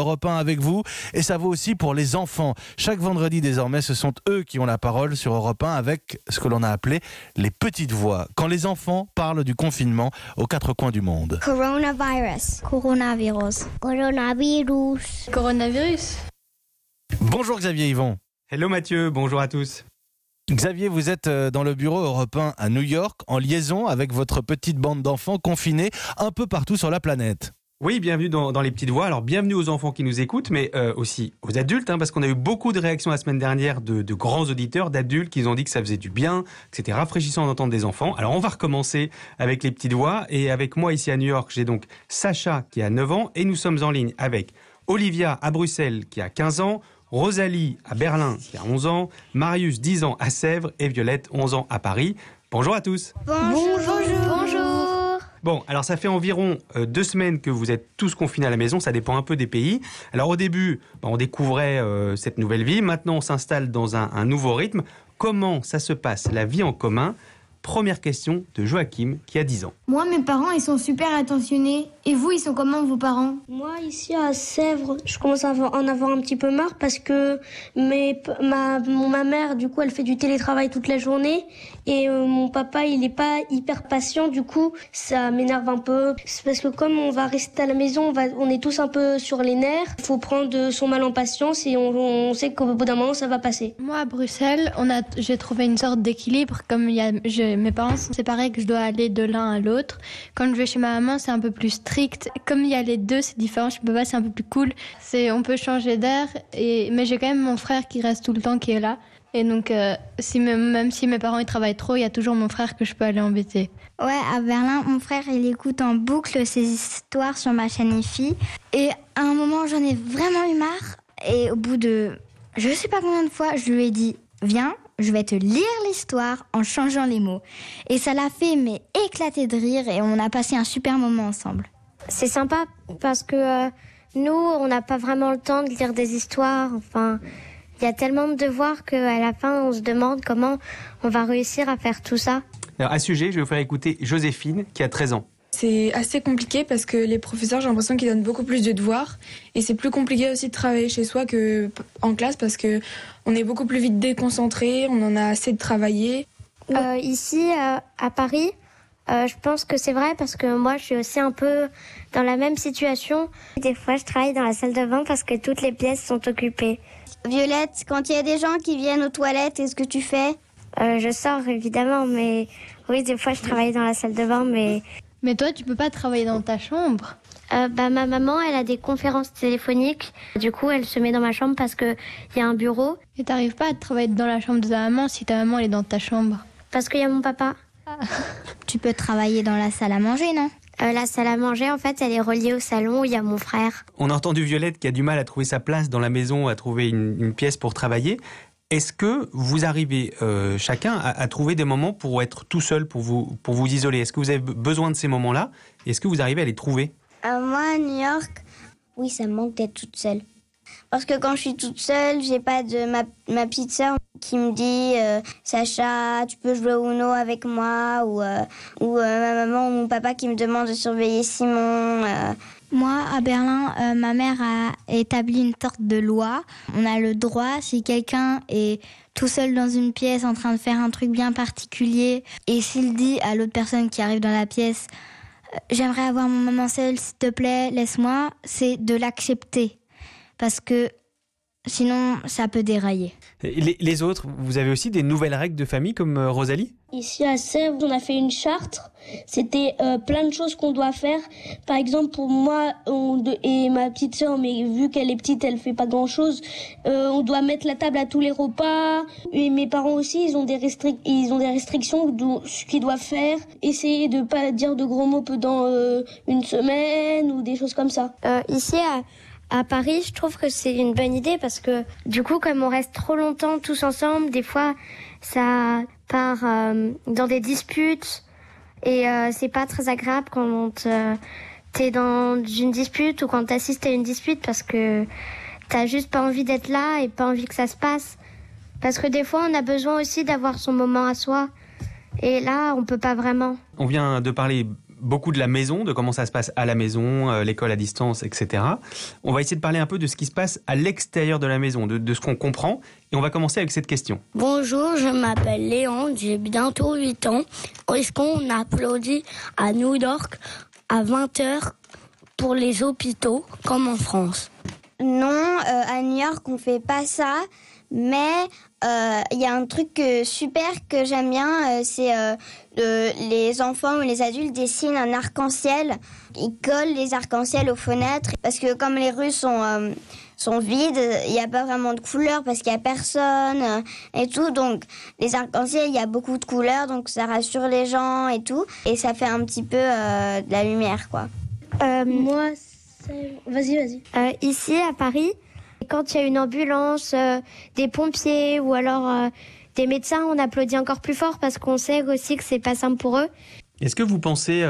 Europe 1 avec vous. Et ça vaut aussi pour les enfants. Chaque vendredi désormais, ce sont eux qui ont la parole sur Europe 1 avec ce que l'on a appelé les petites voix. Quand les enfants parlent du confinement aux quatre coins du monde. Coronavirus. Coronavirus. Coronavirus. Coronavirus. Bonjour Xavier Yvon. Hello Mathieu, bonjour à tous. Xavier, vous êtes dans le bureau Europe 1 à New York, en liaison avec votre petite bande d'enfants confinés un peu partout sur la planète. Oui, bienvenue dans les petites voix. Alors bienvenue aux enfants qui nous écoutent, mais aussi aux adultes, parce qu'on a eu beaucoup de réactions la semaine dernière de grands auditeurs, d'adultes qui nous ont dit que ça faisait du bien, que c'était rafraîchissant d'entendre des enfants. Alors on va recommencer avec les petites voix, et avec moi ici à New York, j'ai donc Sacha qui a 9 ans, et nous sommes en ligne avec Olivia à Bruxelles qui a 15 ans, Rosalie à Berlin qui a 11 ans, Marius 10 ans à Sèvres et Violette 11 ans à Paris. Bonjour à tous. Bonjour. Bon, alors ça fait environ 2 semaines que vous êtes tous confinés à la maison, ça dépend un peu des pays. Alors au début, on découvrait cette nouvelle vie, maintenant on s'installe dans un nouveau rythme. Comment ça se passe, la vie en commun ? Première question de Joachim qui a 10 ans. Moi, mes parents, ils sont super attentionnés. Et vous, ils sont comment, vos parents ? Moi, ici à Sèvres, je commence à en avoir un petit peu marre parce que ma mère, du coup, elle fait du télétravail toute la journée. Et mon papa, il n'est pas hyper patient. Du coup, ça m'énerve un peu. C'est parce que comme on va rester à la maison, on est tous un peu sur les nerfs. Il faut prendre son mal en patience et on sait qu'au bout d'un moment, ça va passer. Moi, à Bruxelles, j'ai trouvé une sorte d'équilibre. Comme mes parents sont séparés, que je dois aller de l'un à l'autre. Quand je vais chez ma maman, c'est un peu plus strict. Comme il y a les deux, c'est différent. Chez papa, c'est un peu plus cool. On peut changer d'air. Mais j'ai quand même mon frère qui reste tout le temps, qui est là. Et donc, même si mes parents ils travaillent trop, il y a toujours mon frère que je peux aller embêter. Ouais, à Berlin, mon frère, il écoute en boucle ses histoires sur ma chaîne IFI. Et à un moment, j'en ai vraiment eu marre. Et au bout de je sais pas combien de fois, je lui ai dit « Viens, je vais te lire l'histoire en changeant les mots. » Et ça l'a fait éclater de rire et on a passé un super moment ensemble. C'est sympa parce que nous, on n'a pas vraiment le temps de lire des histoires. Enfin, il y a tellement de devoirs qu'à la fin, on se demande comment on va réussir à faire tout ça. Alors, à ce sujet, je vais vous faire écouter Joséphine qui a 13 ans. C'est assez compliqué parce que les professeurs, j'ai l'impression qu'ils donnent beaucoup plus de devoirs. Et c'est plus compliqué aussi de travailler chez soi qu'en classe parce qu'on est beaucoup plus vite déconcentré, on en a assez de travailler. Ici, à Paris, je pense que c'est vrai parce que moi, je suis aussi un peu dans la même situation. Des fois, je travaille dans la salle de bain parce que toutes les pièces sont occupées. Violette, quand il y a des gens qui viennent aux toilettes, qu'est-ce que tu fais ? Je sors évidemment, mais oui, des fois, je travaille dans la salle de bain, mais... Mais toi, tu peux pas travailler dans ta chambre. Ma maman, elle a des conférences téléphoniques. Du coup, elle se met dans ma chambre parce qu'il y a un bureau. Et t'arrives pas à travailler dans la chambre de ta maman si ta maman elle est dans ta chambre. Parce qu'il y a mon papa. Tu peux travailler dans la salle à manger, non ? La salle à manger, en fait, elle est reliée au salon où il y a mon frère. On a entendu Violette qui a du mal à trouver sa place dans la maison, à trouver une pièce pour travailler. Est-ce que vous arrivez chacun à trouver des moments pour être tout seul, pour vous isoler ? Est-ce que vous avez besoin de ces moments-là ? Est-ce que vous arrivez à les trouver ? Moi, à New York, oui, ça me manque d'être toute seule. Parce que quand je suis toute seule, j'ai pas de ma petite sœur qui me dit Sacha, tu peux jouer au Uno avec moi, ou ma maman ou mon papa qui me demande de surveiller Simon. Moi, à Berlin, ma mère a établi une sorte de loi. On a le droit, si quelqu'un est tout seul dans une pièce en train de faire un truc bien particulier, et s'il dit à l'autre personne qui arrive dans la pièce « J'aimerais avoir mon maman seule, s'il te plaît, laisse-moi », c'est de l'accepter. Parce que sinon, ça peut dérailler. Les autres, vous avez aussi des nouvelles règles de famille comme Rosalie ? Ici à Sèvres, on a fait une charte. C'était plein de choses qu'on doit faire. Par exemple, pour moi et ma petite sœur, mais vu qu'elle est petite, elle fait pas grand-chose. On doit mettre la table à tous les repas. Et mes parents aussi, ils ont des restrictions de ce qu'ils doivent faire. Essayer de pas dire de gros mots pendant une semaine ou des choses comme ça. Ici à Paris, je trouve que c'est une bonne idée parce que du coup, comme on reste trop longtemps tous ensemble, des fois, ça part dans des disputes et c'est pas très agréable quand t'es dans une dispute ou quand t'assistes à une dispute parce que t'as juste pas envie d'être là et pas envie que ça se passe. Parce que des fois, on a besoin aussi d'avoir son moment à soi et là, on peut pas vraiment. On vient de parler beaucoup de la maison, de comment ça se passe à la maison, l'école à distance, etc. On va essayer de parler un peu de ce qui se passe à l'extérieur de la maison, de ce qu'on comprend. Et on va commencer avec cette question. Bonjour, je m'appelle Léon, j'ai bientôt 8 ans. Est-ce qu'on applaudit à New York à 20h pour les hôpitaux, comme en France? Non, à New York, on fait pas ça. Mais il y a un truc super que j'aime bien, c'est les enfants ou les adultes dessinent un arc-en-ciel. Ils collent les arcs-en-ciel aux fenêtres. Parce que comme les rues sont vides, il n'y a pas vraiment de couleurs parce qu'il n'y a personne et tout. Donc les arcs-en-ciel, il y a beaucoup de couleurs, donc ça rassure les gens et tout. Et ça fait un petit peu de la lumière, quoi. Moi, vas-y. Ici, à Paris, quand il y a une ambulance, des pompiers ou alors des médecins, on applaudit encore plus fort parce qu'on sait aussi que c'est pas simple pour eux. Est-ce que vous pensez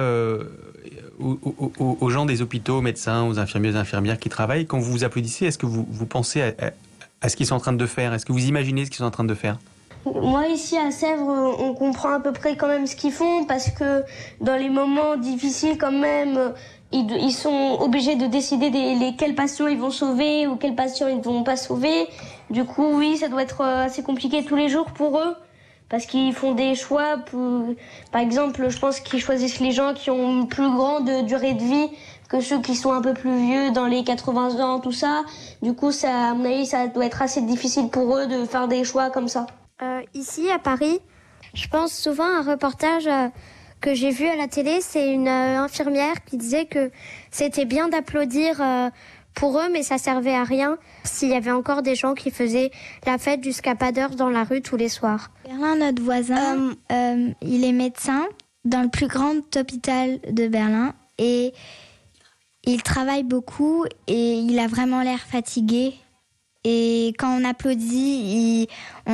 aux gens des hôpitaux, aux médecins, aux infirmiers, aux infirmières qui travaillent, quand vous applaudissez, est-ce que vous pensez à ce qu'ils sont en train de faire? Est-ce que vous imaginez ce qu'ils sont en train de faire? Moi, ici à Sèvres, on comprend à peu près quand même ce qu'ils font parce que dans les moments difficiles, quand même, ils sont obligés de décider quels patients ils vont sauver ou quels patients ils ne vont pas sauver. Du coup, oui, ça doit être assez compliqué tous les jours pour eux parce qu'ils font des choix. Par exemple, je pense qu'ils choisissent les gens qui ont une plus grande durée de vie que ceux qui sont un peu plus vieux, dans les 80 ans, tout ça. Du coup, à mon avis, ça doit être assez difficile pour eux de faire des choix comme ça. Ici, à Paris, je pense souvent à un reportage que j'ai vu à la télé. C'est une infirmière qui disait que c'était bien d'applaudir pour eux, mais ça servait à rien s'il y avait encore des gens qui faisaient la fête jusqu'à pas d'heure dans la rue tous les soirs. Berlin, notre voisin, il est médecin dans le plus grand hôpital de Berlin et il travaille beaucoup et il a vraiment l'air fatigué. Et quand on applaudit,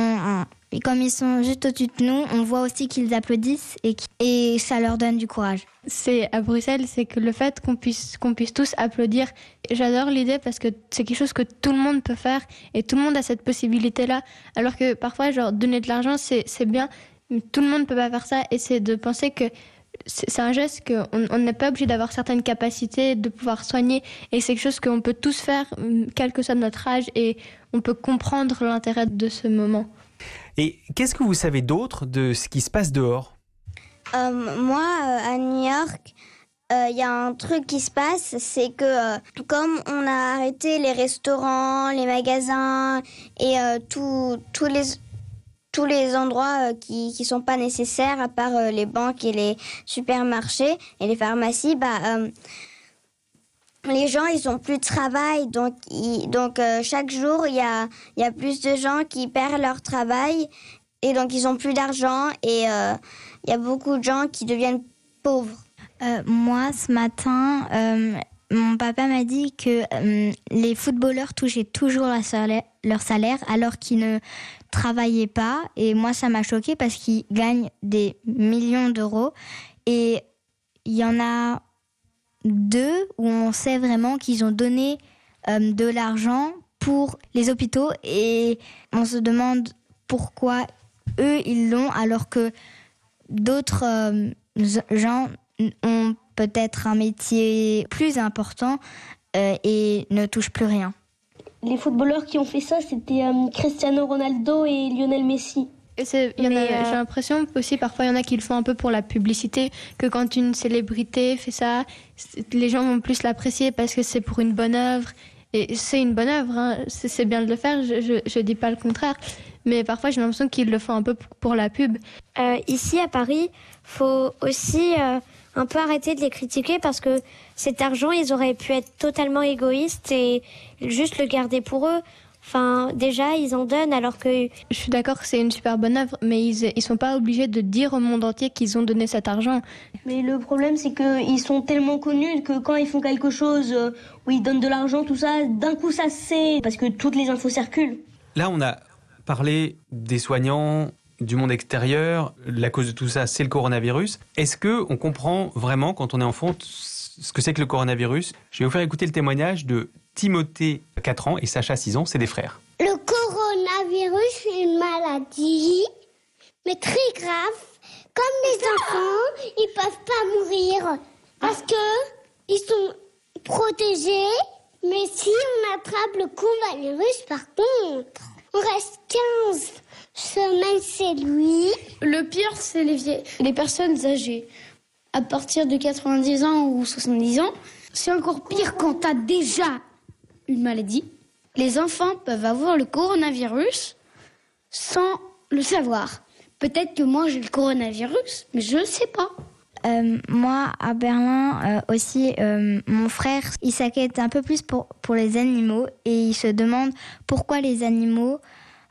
comme ils sont juste au-dessus de nous, on voit aussi qu'ils applaudissent et ça leur donne du courage. C'est à Bruxelles, c'est que le fait qu'on puisse tous applaudir. J'adore l'idée parce que c'est quelque chose que tout le monde peut faire et tout le monde a cette possibilité-là. Alors que parfois, donner de l'argent, c'est bien, mais tout le monde ne peut pas faire ça. Et c'est de penser que c'est un geste qu'on n'est pas obligé d'avoir certaines capacités, de pouvoir soigner. Et c'est quelque chose qu'on peut tous faire, quel que soit notre âge, et on peut comprendre l'intérêt de ce moment. Et qu'est-ce que vous savez d'autre de ce qui se passe dehors? Moi, à New York, il y a un truc qui se passe, c'est que comme on a arrêté les restaurants, les magasins et tous les endroits qui sont pas nécessaires, à part les banques et les supermarchés et les pharmacies, les gens, ils ont plus de travail, donc chaque jour, il y a plus de gens qui perdent leur travail et donc ils ont plus d'argent et il y a beaucoup de gens qui deviennent pauvres. Moi, ce matin, mon papa m'a dit que les footballeurs touchaient toujours leur salaire alors qu'ils ne travaillaient pas. Et moi, ça m'a choquée parce qu'ils gagnent des millions d'euros. Et il y en a 2 où on sait vraiment qu'ils ont donné de l'argent pour les hôpitaux. Et on se demande pourquoi eux, ils l'ont alors que d'autres gens ont peut-être un métier plus important et ne touchent plus rien. Les footballeurs qui ont fait ça, c'était Cristiano Ronaldo et Lionel Messi. J'ai l'impression aussi, parfois, il y en a qui le font un peu pour la publicité, que quand une célébrité fait ça, les gens vont plus l'apprécier parce que c'est pour une bonne œuvre. Et c'est une bonne œuvre, hein. C'est bien de le faire, je dis pas le contraire. Mais parfois, j'ai l'impression qu'ils le font un peu pour la pub. Ici, à Paris, faut aussi un peu arrêter de les critiquer parce que cet argent, ils auraient pu être totalement égoïstes et juste le garder pour eux. Enfin, déjà, ils en donnent alors que... Je suis d'accord que c'est une super bonne œuvre, mais ils sont pas obligés de dire au monde entier qu'ils ont donné cet argent. Mais le problème, c'est qu'ils sont tellement connus que quand ils font quelque chose où ils donnent de l'argent, tout ça, d'un coup, ça se sait, parce que toutes les infos circulent. Là, on a parlé des soignants, du monde extérieur. La cause de tout ça, c'est le coronavirus. Est-ce qu'on comprend vraiment, quand on est enfant, ce que c'est que le coronavirus? Je vais vous faire écouter le témoignage de Timothée, 4 ans, et Sacha, 6 ans, c'est des frères. Le coronavirus est une maladie, mais très grave, Comme les enfants, ils peuvent pas mourir parce que ils sont protégés. Mais si on attrape le coronavirus, par contre, on reste 15 semaines chez lui. Le pire, c'est les personnes âgées. À partir de 90 ans ou 70 ans, c'est encore pire quand t'as déjà une maladie. Les enfants peuvent avoir le coronavirus sans le savoir. Peut-être que moi j'ai le coronavirus, mais je ne sais pas. Moi, à Berlin aussi, mon frère, il s'inquiète un peu plus pour les animaux et il se demande pourquoi les animaux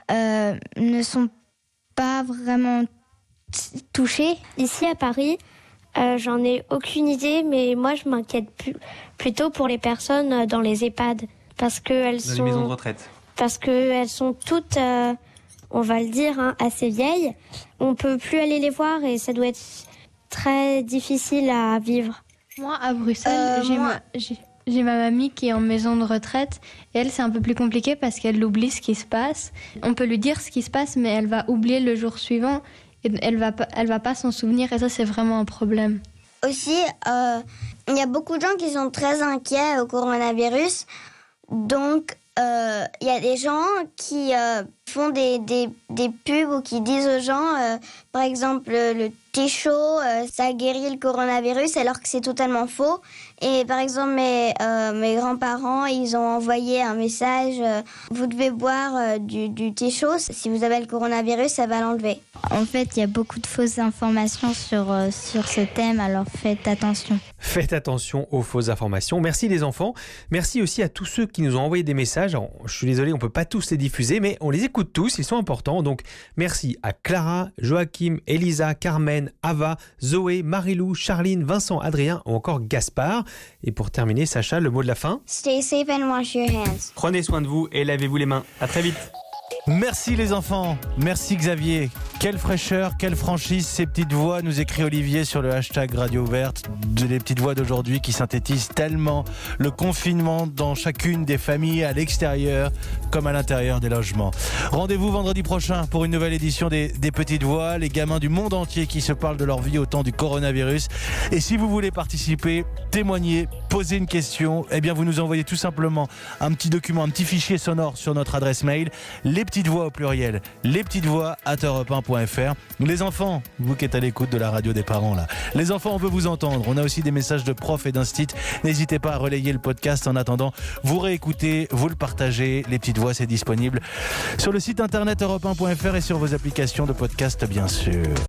ne sont pas vraiment touchés. Ici à Paris, j'en ai aucune idée, mais moi je m'inquiète plutôt pour les personnes dans les EHPAD parce qu'elles Dans les maisons de retraite. Parce qu'elles sont toutes, on va le dire, assez vieilles. On peut plus aller les voir et ça doit être très difficile à vivre. Moi, à Bruxelles, j'ai ma mamie qui est en maison de retraite. Et elle, c'est un peu plus compliqué parce qu'elle oublie ce qui se passe. On peut lui dire ce qui se passe, mais elle va oublier le jour suivant. Et elle va pas s'en souvenir. Et ça, c'est vraiment un problème. Aussi, il y a beaucoup de gens qui sont très inquiets au coronavirus. Donc, il y a des gens qui font des pubs ou qui disent aux gens, par exemple, le thé chaud, ça guérit le coronavirus, alors que c'est totalement faux. Et par exemple, mes grands-parents, ils ont envoyé un message, vous devez boire du thé chaud, si vous avez le coronavirus, ça va l'enlever. En fait, il y a beaucoup de fausses informations sur ce thème, alors faites attention. Faites attention aux fausses informations. Merci les enfants. Merci aussi à tous ceux qui nous ont envoyé des messages. Alors, je suis désolé, on ne peut pas tous les diffuser, mais on les écoute tous, ils sont importants. Donc, merci à Clara, Joachim, Elisa, Carmen, Ava, Zoé, Marilou, Charline, Vincent, Adrien ou encore Gaspard. Et pour terminer, Sacha, le mot de la fin. Stay safe and wash your hands. Prenez soin de vous et lavez-vous les mains. À très vite. Merci les enfants, merci Xavier. Quelle fraîcheur, quelle franchise, ces petites voix, nous écrit Olivier sur le hashtag Radio Ouverte, les petites voix d'aujourd'hui qui synthétisent tellement le confinement dans chacune des familles à l'extérieur comme à l'intérieur des logements. Rendez-vous vendredi prochain pour une nouvelle édition des petites voix, les gamins du monde entier qui se parlent de leur vie au temps du coronavirus. Et si vous voulez participer, témoigner, poser une question, eh bien vous nous envoyez tout simplement un petit document, un petit fichier sonore sur notre adresse mail, les petites voix au pluriel, lespetitesvoix@europe1.fr. Les enfants, vous qui êtes à l'écoute de la radio des parents là, les enfants, on veut vous entendre. On a aussi des messages de profs et d'instit. N'hésitez pas à relayer le podcast. En attendant, vous réécoutez, vous le partagez. Les petites voix, c'est disponible sur le site internet europe1.fr et sur vos applications de podcast bien sûr.